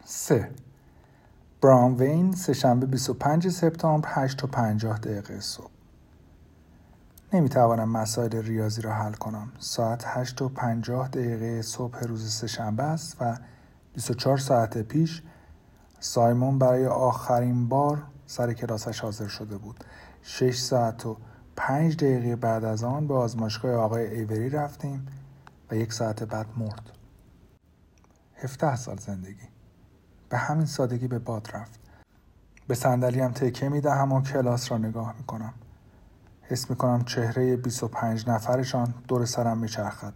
3. برانوین سه‌شنبه 25 سپتامبر 8:50 صبح. نمیتوانم مسائل ریاضی را حل کنم. ساعت 8:50 صبح روز سه‌شنبه است و 24 ساعت پیش سایمون برای آخرین بار سر کلاسش حاضر شده بود. 6 ساعت و 5 دقیقه بعد از آن به آزمایشگاه آقای ایوری رفتیم و 1 ساعت بعد مرد. 17 سال زندگی به همین سادگی به باد رفت. به صندلیم تکیه می‌دهم و کلاس را نگاه می‌کنم. حس می‌کنم چهره 25 نفرشان دور سرم می‌چرخد.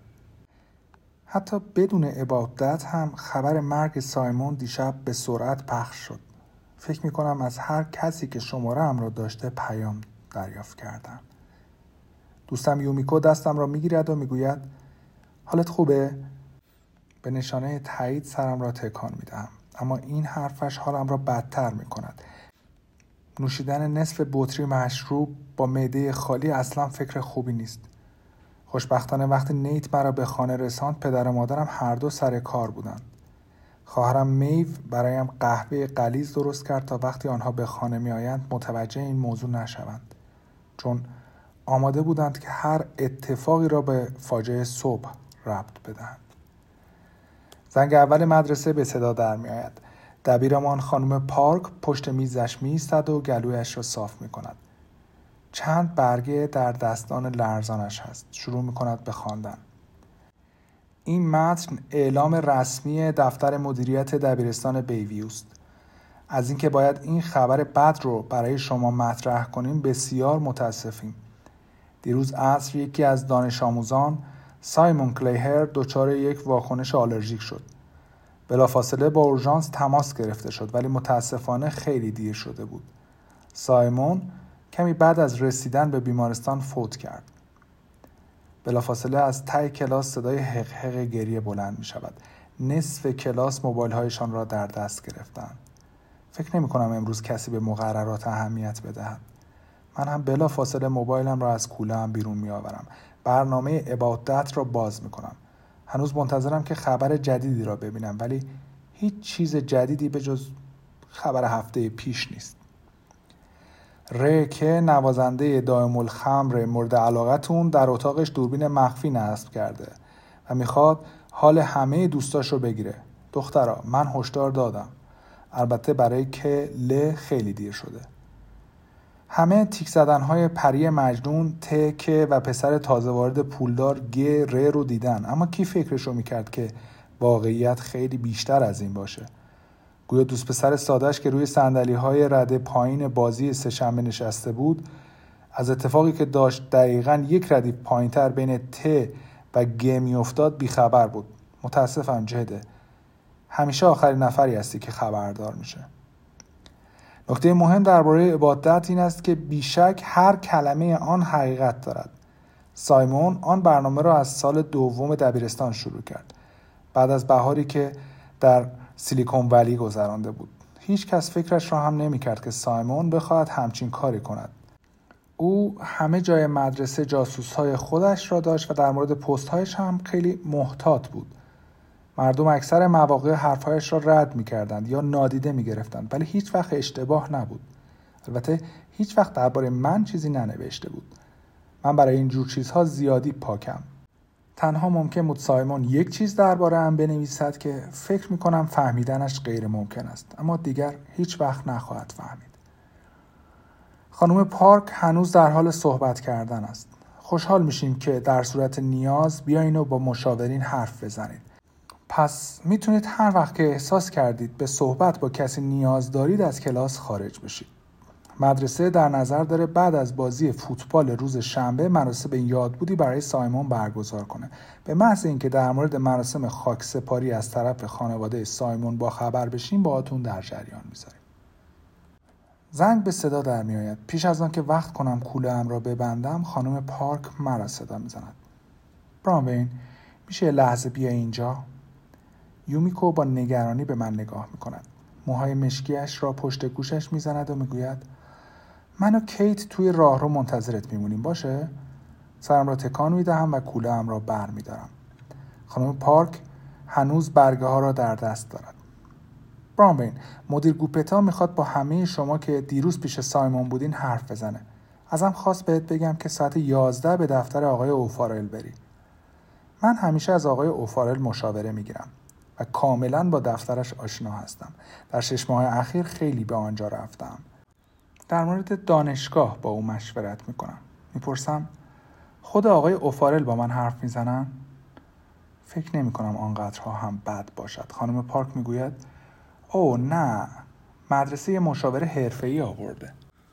حتی بدون عبادت هم خبر مرگ سایمون دیشب به سرعت پخش شد. فکر می‌کنم از هر کسی که شماره‌ام را داشته پیام دریافت کردم. دوستم یومیکو دستم را می‌گیرد و می‌گوید حالت خوبه؟ به نشانه تایید سرم را تکان می‌دهم. اما این حرفش حالم را بدتر می‌کند. نوشیدن نصف بطری مشروب با معده خالی اصلا فکر خوبی نیست. خوشبختانه وقتی نیت مرا به خانه رساند پدر و مادرم هر دو سر کار بودند. خواهرم میو برایم قهوه غلیظ درست کرد تا وقتی آنها به خانه می آیند متوجه این موضوع نشوند، چون آماده بودند که هر اتفاقی را به فاجعه صبح ربط بدهند. زنگ اول مدرسه به صدا در می آید. دبیرمان خانم پارک پشت میزش می ایستد و گلویش را صاف می کند. چند برگه در دستان لرزانش هست. شروع می کند به خواندن. این متن اعلام رسمی دفتر مدیریت دبیرستان بیویو است. از اینکه باید این خبر بد رو برای شما مطرح کنیم بسیار متاسفیم. دیروز عصر یکی از دانش آموزان سایمون کلیهر دچار یک واکنش آلرژیک شد. بلافاصله با اورژانس تماس گرفته شد ولی متاسفانه خیلی دیر شده بود. سایمون کمی بعد از رسیدن به بیمارستان فوت کرد. بلافاصله از ته کلاس صدای حق حق گریه بلند می شود. نصف کلاس موبایل هایشان را در دست گرفتند. فکر نمی کنم امروز کسی به مقررات اهمیت بدهد. من هم بلافاصله موبایلم را از کوله‌ام بیرون می آورم. برنامه عبادت را باز می کنم. هنوز منتظرم که خبر جدیدی را ببینم ولی هیچ چیز جدیدی به جز خبر هفته پیش نیست. که نوازنده دائم الخمر مورد علاقتون در اتاقش دوربین مخفی نصب کرده و میخواد حال همه دوستاش رو بگیره. دخترا من هشدار دادم. البته برای که خیلی دیر شده. همه تیک زدنهای پری مجنون که و پسر تازه وارد پولدار رو دیدن، اما کی فکرشو میکرد که واقعیت خیلی بیشتر از این باشه؟ گویا دوست پسر سادهش که روی صندلی‌های رده پایین بازی سه‌شنبه نشسته بود از اتفاقی که داشت دقیقاً یک ردیف پایین‌تر بین و میافتاد بیخبر بود. متاسفم جهده. همیشه آخرین نفری هستی که خبردار میشه. نکته مهم درباره عبادت این است که بیشک هر کلمه آن حقیقت دارد. سایمون آن برنامه را از سال دوم دبیرستان شروع کرد. بعد از بهاری که در سیلیکون ولی گذرانده بود. هیچ کس فکرش را هم نمی کرد که سایمون بخواهد همچین کاری کند. او همه جای مدرسه جاسوس‌های خودش را داشت و در مورد پست‌هایش هم خیلی محتاط بود. مردم اکثر مواقع حرف‌هایش را رد می‌کردند یا نادیده می‌گرفتند ولی هیچ وقت اشتباه نبود. البته هیچ وقت درباره من چیزی ننوشته بود. من برای این جور چیزها زیادی پاکم. تنها ممکن بود سایمون یک چیز درباره من بنویسد که فکر می‌کنم فهمیدنش غیر ممکن است، اما دیگر هیچ وقت نخواهد فهمید. خانم پارک هنوز در حال صحبت کردن است. خوشحال میشیم که در صورت نیاز بیاین و با مشاورین حرف بزنید. پس میتونید هر وقت که احساس کردید به صحبت با کسی نیاز دارید از کلاس خارج بشید. مدرسه در نظر داره بعد از بازی فوتبال روز شنبه مراسم یادبودی برای سایمون برگزار کنه. به محض اینکه در مورد مراسم خاکسپاری از طرف خانواده سایمون با خبر بشیم باهاتون در جریان میذاریم. زنگ به صدا در میآید. پیش از آن که وقت کنم کوله‌ام را ببندم خانم پارک مرا صدا میزند. برانوین میشه لحظه بیا اینجا؟ یومیکو با نگرانی به من نگاه میکند. موهای مشکیش را پشت گوشش میزند و میگوید من و کیت توی راهرو منتظرت میمونیم باشه؟ سرم را تکان میدهم و کوله‌ام را بر میدارم. خانم پارک هنوز برگه ها را در دست دارد. برانوین، مدیر گوپتا میخواد با همه شما که دیروز پیش سایمون بودین حرف بزنه. ازم خواست بهت بگم که ساعت 11 به دفتر آقای اوفارل بری. من همیشه از آقای اوفارل مشاوره میگیرم و کاملا با دفترش آشنا هستم. در 6 ماه اخیر خیلی به آنجا رفتم. در مورد دانشگاه با او مشورت میکنم. میپرسم خود آقای اوفارل با من حرف میزنن؟ فکر نمی کنم آنقدرها هم بد باشد. خانم پارک میگوید اوه نه، مدرسه مشاوره حرفه‌ای آورده.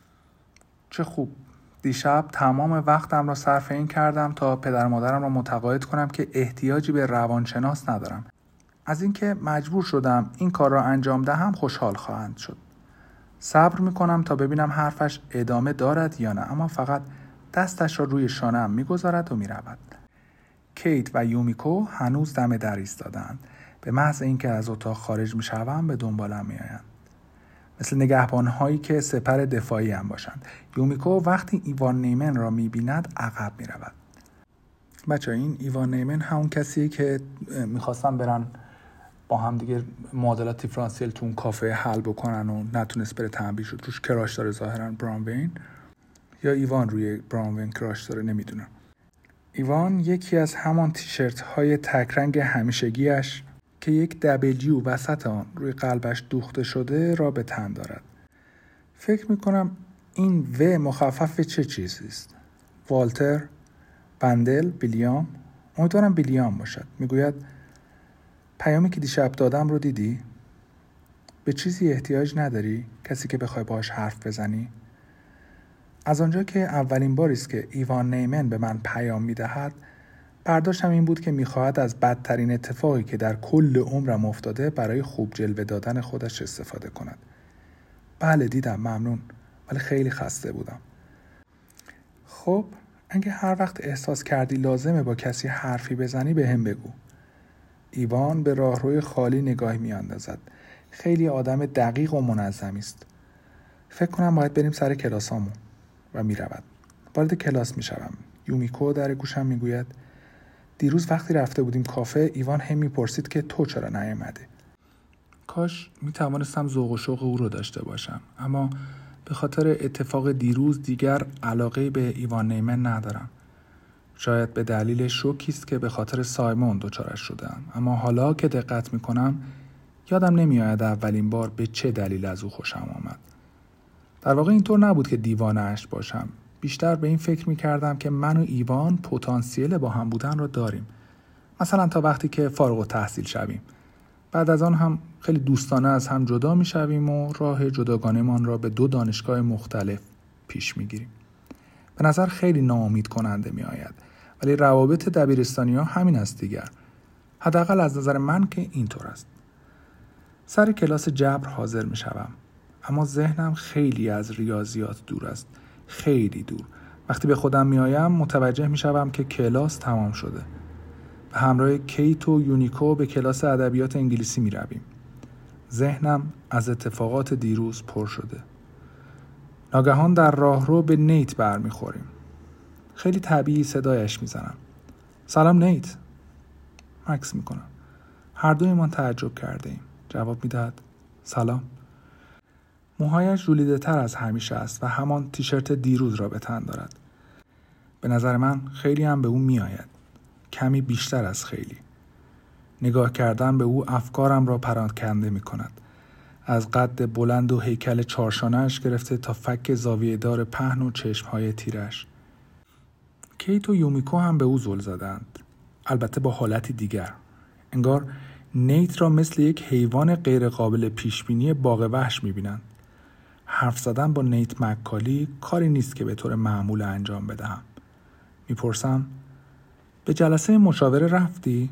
چه خوب. دیشب تمام وقتم را صرف این کردم تا پدر مادرم را متقاعد کنم که احتیاجی به روانشناس ندارم. از اینکه مجبور شدم این کار را انجام دهم خوشحال خواهند شد. صبر میکنم تا ببینم حرفش ادامه دارد یا نه، اما فقط دستش را روی شانه‌ام میگذارد و میرود. کیت و یومیکو هنوز دم در ایستادند. به محض اینکه از اتاق خارج میشوم به دنبالم میآیند. مثل نگهبان‌هایی که سپر دفاعی هم باشند. یومیکو وقتی ایوان نیمن را می‌بیند عقب می‌رود. بچه‌ها این ایوان نیمن همون کسیه که می‌خواستن برن با هم دیگه معادلات دیفرانسیل تو اون کافه حل بکنن و نتونست بره، تنبیه شد. روش کراش داره ظاهراً برانوین، یا ایوان روی برانوین کراش داره، نمیدونم. ایوان یکی از همان تیشرت‌های تک رنگ همیشگیش که یک دبلیو وسط آن روی قلبش دوخته شده را به تن دارد. فکر میکنم این و مخفف چه چیزی است؟ والتر، بندل، بیلیام؟ امیدوارم بیلیام باشد. میگوید پیامی که دیشب دادم رو دیدی؟ به چیزی احتیاج نداری؟ کسی که بخوای باهاش حرف بزنی؟ از آنجا که اولین باری است که ایوان نیمن به من پیام میدهد، برداشتم این بود که میخواهد از بدترین اتفاقی که در کل عمرم افتاده برای خوب جلوه دادن خودش استفاده کند. بله دیدم، ممنون، ولی خیلی خسته بودم. خب اگه هر وقت احساس کردی لازمه با کسی حرفی بزنی به هم بگو. ایوان به راهروی خالی نگاهی میاندازد. خیلی آدم دقیق و منظمی است. فکر کنم باید بریم سر کلاسامون. و میرود. وارد کلاس میشوم. یومیکو در گوشم میگوید دیروز وقتی رفته بودیم کافه، ایوان هم میپرسید که تو چرا نیامده. کاش میتوانستم ذوق و شوق او رو داشته باشم، اما به خاطر اتفاق دیروز دیگر علاقه به ایوان نیمن ندارم. شاید به دلیل شوکی است که به خاطر سایمون دچارش شدم، اما حالا که دقت میکنم یادم نمیآید اولین بار به چه دلیل از او خوشم آمد. در واقع اینطور نبود که دیوانه‌اش باشم. بیشتر به این فکر می‌کردم که من و ایوان پتانسیل با هم بودن را داریم. مثلا تا وقتی که فارغ التحصیل شویم. بعد از آن هم خیلی دوستانه از هم جدا می‌شویم و راه جداگانه‌مان را به 2 دانشگاه مختلف پیش می‌گیریم. به نظر خیلی ناامید کننده می‌آید، ولی روابط دبیرستانی‌ها همین است دیگر. حداقل از نظر من که اینطور است. سر کلاس جبر حاضر می‌شوم. اما ذهنم خیلی از ریاضیات دور است. خیلی دور. وقتی به خودم میایم متوجه میشوم که کلاس تمام شده. به همراه کیت و یونیکو به کلاس ادبیات انگلیسی میرویم. ذهنم از اتفاقات دیروز پر شده. ناگهان در راهرو به نیت برمیخوریم. خیلی طبیعی صدایش میزنم. سلام نیت. مکس میکنم. هر دویمان تعجب کرده ایم. جواب میدهد سلام. موهایش ژولیده تر از همیشه است و همان تیشرت دیروز را به تن دارد. به نظر من خیلی هم به او می آید. کمی بیشتر از خیلی. نگاه کردن به او افکارم را پراکنده می کند. از قد بلند و هیکل چارشانه‌اش گرفته تا فک زاویه دار پهن و چشمهای تیرش. کیت و یومیکو هم به او زل زدند. البته با حالتی دیگر. انگار نیت را مثل یک حیوان غیر قابل پیشبینی باغ وحش می بینند. حرف زدن با نیت مکالی کاری نیست که به طور معمول انجام بدهم. میپرسم به جلسه مشاوره رفتی؟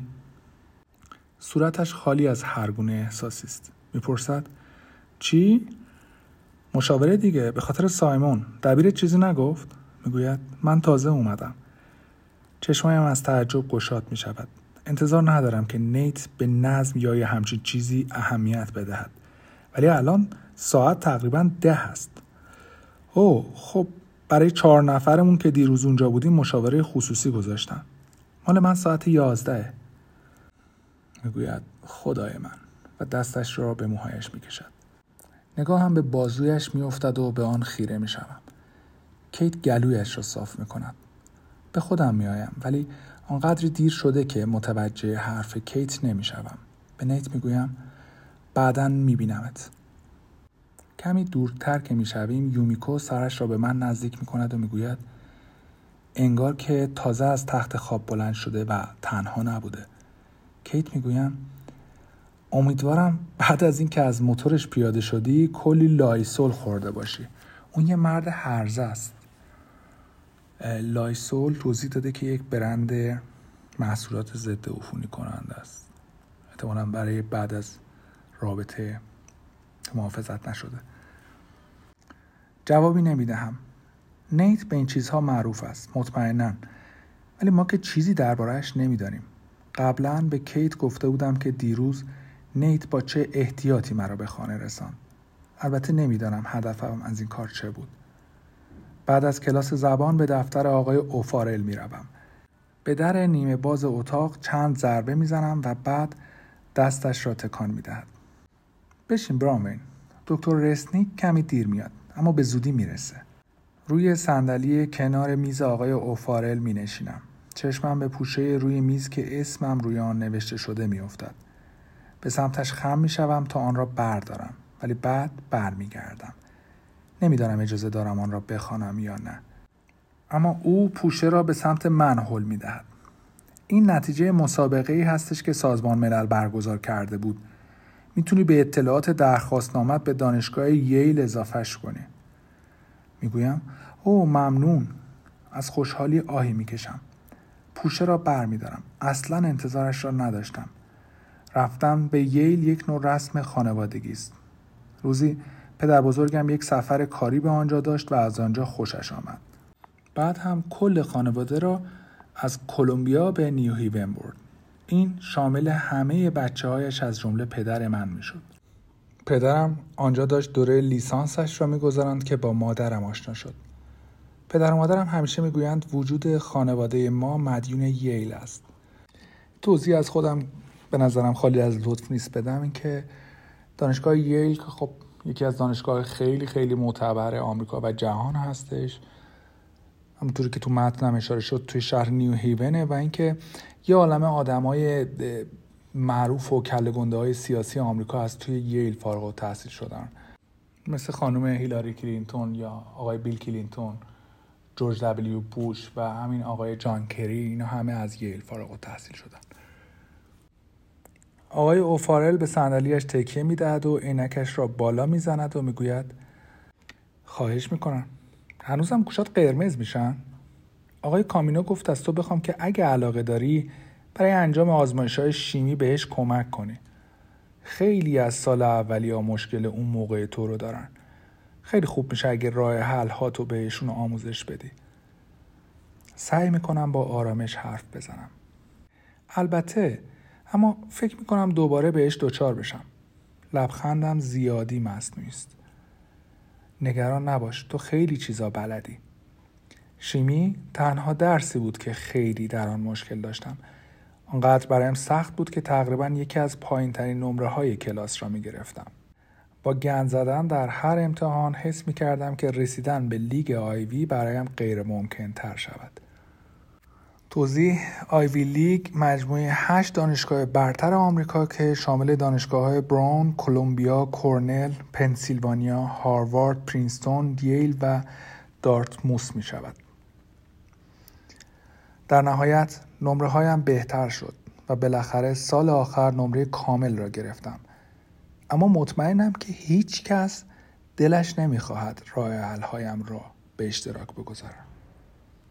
صورتش خالی از هر گونه احساسی است. میپرسد چی؟ مشاوره دیگه، به خاطر سایمون. دبیرت چیزی نگفت؟ میگوید من تازه اومدم. چشمایم از تعجب گشاد میشود. انتظار ندارم که نیت به نظم یا همچین چیزی اهمیت بدهد. ولی الان ساعت تقریباً 10 است. اوه خب برای 4 نفرمون که دیروز اونجا بودیم مشاوره خصوصی گذاشتن. مال من ساعت 11. میگوید خدای من و دستش را به موهایش میکشد. نگاهم به بازویش میافتد و به آن خیره میشوم. کیت گلویش را صاف میکند. به خودم میآیم ولی آنقدر دیر شده که متوجه حرف کیت نمیشوم. به نیت میگویم بعداً میبینمت. کمی دورتر که میشویم یومیکو سرش را به من نزدیک میکند و میگوید انگار که تازه از تخت خواب بلند شده و تنها نبوده. کیت میگویم امیدوارم بعد از این که از موتورش پیاده شدی کلی لایسول خورده باشی. اون یه مرد هرزه است. لایسول توضیح داده که یک برند محصولات ضد عفونی کننده است. احتمالاً برای بعد از رابطه محافظت نشده. جوابی نمیدهم. نیت به این چیزها معروف است مطمئناً، ولی ما که چیزی درباره‌اش نمیدانیم. قبلاً به کیت گفته بودم که دیروز نیت با چه احتیاطی مرا به خانه رساند. البته نمیدانم هدفم از این کار چه بود. بعد از کلاس زبان به دفتر آقای اوفارل میروم. به در نیمه باز اتاق چند ضربه میزنم و بعد دستش را تکان میدهد. بشین براموین. دکتر رسنیک کمی دیر میاد اما به زودی میرسه. روی صندلی کنار میز آقای اوفارل می نشینم. چشمم به پوشه روی میز که اسمم روی آن نوشته شده می افتد. به سمتش خم می شوم تا آن را بردارم ولی بعد می گردم. نمیدانم اجازه دارم آن را بخوانم یا نه. اما او پوشه را به سمت من هل می دهد. این نتیجه مسابقه‌ای هستش که سازمان ملل برگزار کرده بود. میتونی به اطلاعات درخواستنامت به دانشگاه ییل اضافهش کنی. میگویم اوه ممنون. از خوشحالی آهی میکشم. پوشه را بر میدارم. اصلا انتظارش را نداشتم. رفتم به ییل یک نوع رسم خانوادگی است. روزی پدر بزرگم یک سفر کاری به آنجا داشت و از آنجا خوشش آمد. بعد هم کل خانواده را از کلمبیا به نیو هیون برد. این شامل همه بچه‌هایش از جمله پدر من میشد. پدرم آنجا داشت دوره لیسانسش را می‌گذراند که با مادرم آشنا شد. پدر و مادرم همیشه میگویند وجود خانواده ما مدیون ییل است. توضیح از خودم به نظرم خالی از لطف نیست بدم این که دانشگاه ییل که خب یکی از دانشگاه خیلی خیلی معتبر آمریکا و جهان هستش، همونطوری که تو متنم اشاره شد توی شهر نیو هیونه و اینکه یه عالمه آدمای معروف و کله‌گنده‌های سیاسی آمریکا از توی ییل فارغ التحصیل شدن، مثل خانم هیلاری کلینتون یا آقای بیل کلینتون، جورج دبلیو بوش و همین آقای جان کری. اینا همه از ییل فارغ التحصیل شدن. آقای اوفارل به صندلیاش تکیه میدهد و عینکش را بالا میزند و میگوید خواهش میکنم. هنوزم گوشات قرمز میشن؟ آقای کامینو گفت از تو بخوام که اگه علاقه داری برای انجام آزمایش‌های شیمی بهش کمک کنی. خیلی از سال اولیه مشکل اون موقع تو رو دارن. خیلی خوب میشه اگه راه حل هاتو بهشون آموزش بدی. سعی میکنم با آرامش حرف بزنم. البته اما فکر میکنم دوباره بهش دوچار بشم. لبخندم زیادی مصنوعی است. نگران نباش، تو خیلی چیزا بلدی. شیمی تنها درسی بود که خیلی در آن مشکل داشتم. آنقدر برایم سخت بود که تقریبا یکی از پایین‌ترین نمره‌های کلاس را می‌گرفتم. با گند زدن در هر امتحان حس می‌کردم که رسیدن به لیگ آیوی برایم غیر ممکن تر شود. توضیح: آیوی لیگ مجموعه 8 دانشگاه برتر آمریکا که شامل دانشگاه‌های براون، کلمبیا، کورنل، پنسیلوانیا، هاروارد، پرینستون، ییل و دارتموس می‌شود. در نهایت نمره‌هایم بهتر شد و بالاخره سال آخر نمره کامل را گرفتم. اما مطمئنم که هیچ کس دلش نمی‌خواهد راه حل‌هایم را به اشتراک بگذارم.